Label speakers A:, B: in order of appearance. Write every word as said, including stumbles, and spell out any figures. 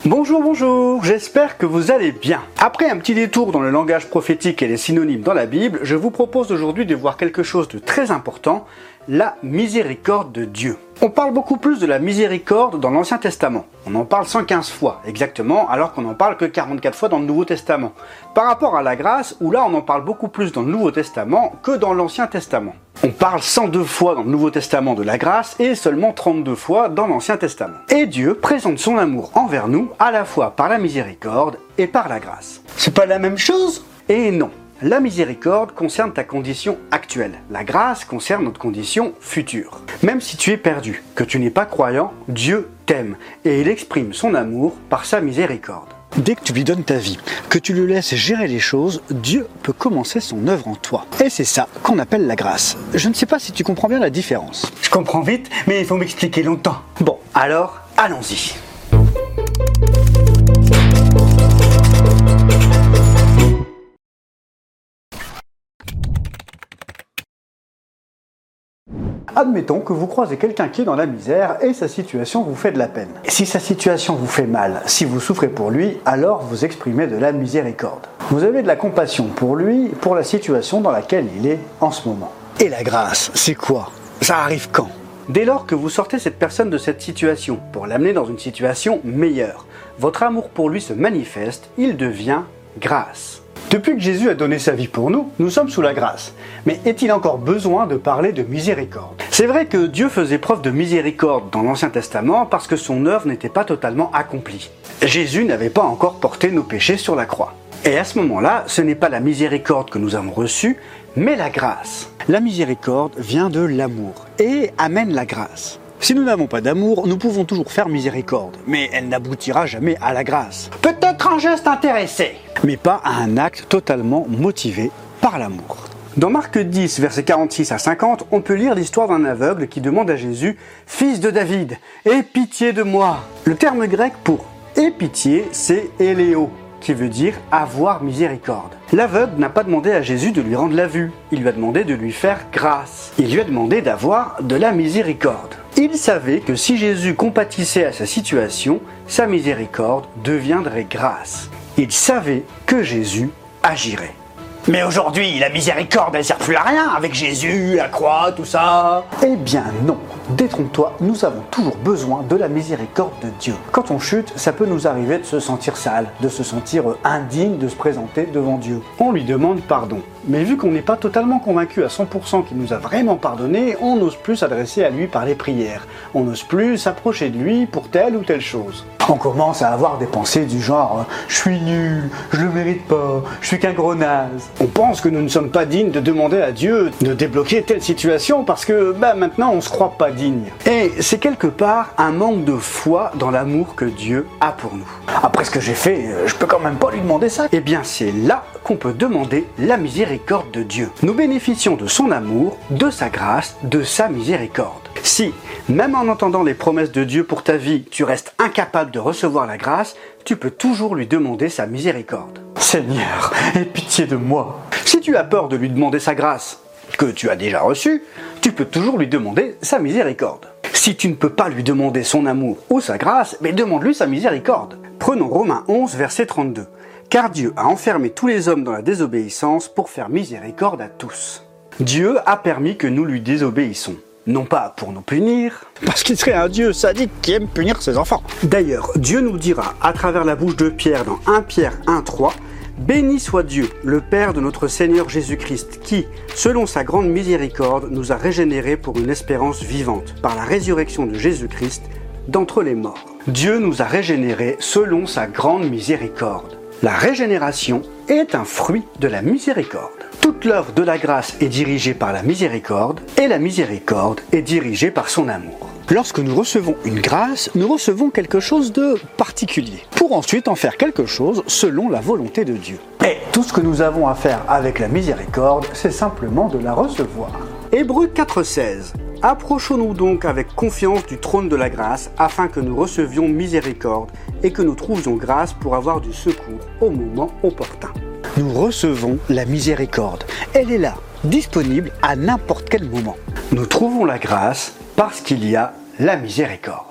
A: Bonjour, bonjour, j'espère que vous allez bien. Après un petit détour dans le langage prophétique et les synonymes dans la Bible, je vous propose aujourd'hui de voir quelque chose de très important, la miséricorde de Dieu. On parle beaucoup plus de la miséricorde dans l'Ancien Testament. On en parle cent quinze fois, exactement, alors qu'on n'en parle que quarante-quatre fois dans le Nouveau Testament. Par rapport à la grâce, où là on en parle beaucoup plus dans le Nouveau Testament que dans l'Ancien Testament. On parle cent deux fois dans le Nouveau Testament de la grâce et seulement trente-deux fois dans l'Ancien Testament. Et Dieu présente son amour envers nous à la fois par la miséricorde et par la grâce. C'est pas la même chose ? Et non. La miséricorde concerne ta condition actuelle. La grâce concerne notre condition future. Même si tu es perdu, que tu n'es pas croyant, Dieu t'aime et il exprime son amour par sa miséricorde. Dès que tu lui donnes ta vie, que tu lui laisses gérer les choses, Dieu peut commencer son œuvre en toi. Et c'est ça qu'on appelle la grâce. Je ne sais pas si tu comprends bien la différence. Je comprends vite, mais il faut m'expliquer longtemps. Bon, alors, allons-y. Admettons que vous croisez quelqu'un qui est dans la misère et sa situation vous fait de la peine. Et si sa situation vous fait mal, si vous souffrez pour lui, alors vous exprimez de la miséricorde. Vous avez de la compassion pour lui, pour la situation dans laquelle il est en ce moment. Et la grâce, c'est quoi ? Ça arrive quand ? Dès lors que vous sortez cette personne de cette situation pour l'amener dans une situation meilleure, votre amour pour lui se manifeste, il devient grâce. Depuis que Jésus a donné sa vie pour nous, nous sommes sous la grâce. Mais est-il encore besoin de parler de miséricorde ? C'est vrai que Dieu faisait preuve de miséricorde dans l'Ancien Testament parce que son œuvre n'était pas totalement accomplie. Jésus n'avait pas encore porté nos péchés sur la croix. Et à ce moment-là, ce n'est pas la miséricorde que nous avons reçue, mais la grâce. La miséricorde vient de l'amour et amène la grâce. Si nous n'avons pas d'amour, nous pouvons toujours faire miséricorde, mais elle n'aboutira jamais à la grâce. Peut-être un geste intéressé, mais pas à un acte totalement motivé par l'amour. Dans Marc dix, versets quarante-six à cinquante, on peut lire l'histoire d'un aveugle qui demande à Jésus « Fils de David, aie pitié de moi ». Le terme grec pour « aie pitié », c'est « éléo », qui veut dire « avoir miséricorde ». L'aveugle n'a pas demandé à Jésus de lui rendre la vue, il lui a demandé de lui faire grâce. Il lui a demandé d'avoir de la miséricorde. Il savait que si Jésus compatissait à sa situation, sa miséricorde deviendrait grâce. Il savait que Jésus agirait. Mais aujourd'hui, la miséricorde, elle sert plus à rien avec Jésus, la croix, tout ça. Eh bien non, détrompe-toi, nous avons toujours besoin de la miséricorde de Dieu. Quand on chute, ça peut nous arriver de se sentir sale, de se sentir indigne de se présenter devant Dieu. On lui demande pardon. Mais vu qu'on n'est pas totalement convaincu à cent pour cent qu'il nous a vraiment pardonné, on n'ose plus s'adresser à lui par les prières. On n'ose plus s'approcher de lui pour telle ou telle chose. On commence à avoir des pensées du genre « je suis nul, je le mérite pas, je suis qu'un gros naze ». On pense que nous ne sommes pas dignes de demander à Dieu de débloquer telle situation parce que bah, maintenant on ne se croit pas digne. Et c'est quelque part un manque de foi dans l'amour que Dieu a pour nous. Après ce que j'ai fait, je peux quand même pas lui demander ça. Eh bien c'est là qu'on peut demander la miséricorde de Dieu. Nous bénéficions de son amour, de sa grâce, de sa miséricorde. Si, même en entendant les promesses de Dieu pour ta vie, tu restes incapable de recevoir la grâce, tu peux toujours lui demander sa miséricorde. Seigneur, aie pitié de moi. Si tu as peur de lui demander sa grâce, que tu as déjà reçue, tu peux toujours lui demander sa miséricorde. Si tu ne peux pas lui demander son amour ou sa grâce, mais demande-lui sa miséricorde. Prenons Romains onze, verset trente-deux. Car Dieu a enfermé tous les hommes dans la désobéissance pour faire miséricorde à tous. Dieu a permis que nous lui désobéissons. Non pas pour nous punir, parce qu'il serait un Dieu sadique qui aime punir ses enfants. D'ailleurs, Dieu nous dira à travers la bouche de Pierre dans un Pierre un, trois, « Béni soit Dieu, le Père de notre Seigneur Jésus-Christ, qui, selon sa grande miséricorde, nous a régénérés pour une espérance vivante, par la résurrection de Jésus-Christ d'entre les morts. » Dieu nous a régénérés selon sa grande miséricorde. La régénération est un fruit de la miséricorde. Toute l'œuvre de la grâce est dirigée par la miséricorde et la miséricorde est dirigée par son amour. Lorsque nous recevons une grâce, nous recevons quelque chose de particulier, pour ensuite en faire quelque chose selon la volonté de Dieu. Et tout ce que nous avons à faire avec la miséricorde, c'est simplement de la recevoir. Hébreux quatre seize. Approchons-nous donc avec confiance du trône de la grâce, afin que nous recevions miséricorde et que nous trouvions grâce pour avoir du secours au moment opportun. Nous recevons la miséricorde. Elle est là, disponible à n'importe quel moment. Nous trouvons la grâce parce qu'il y a la miséricorde.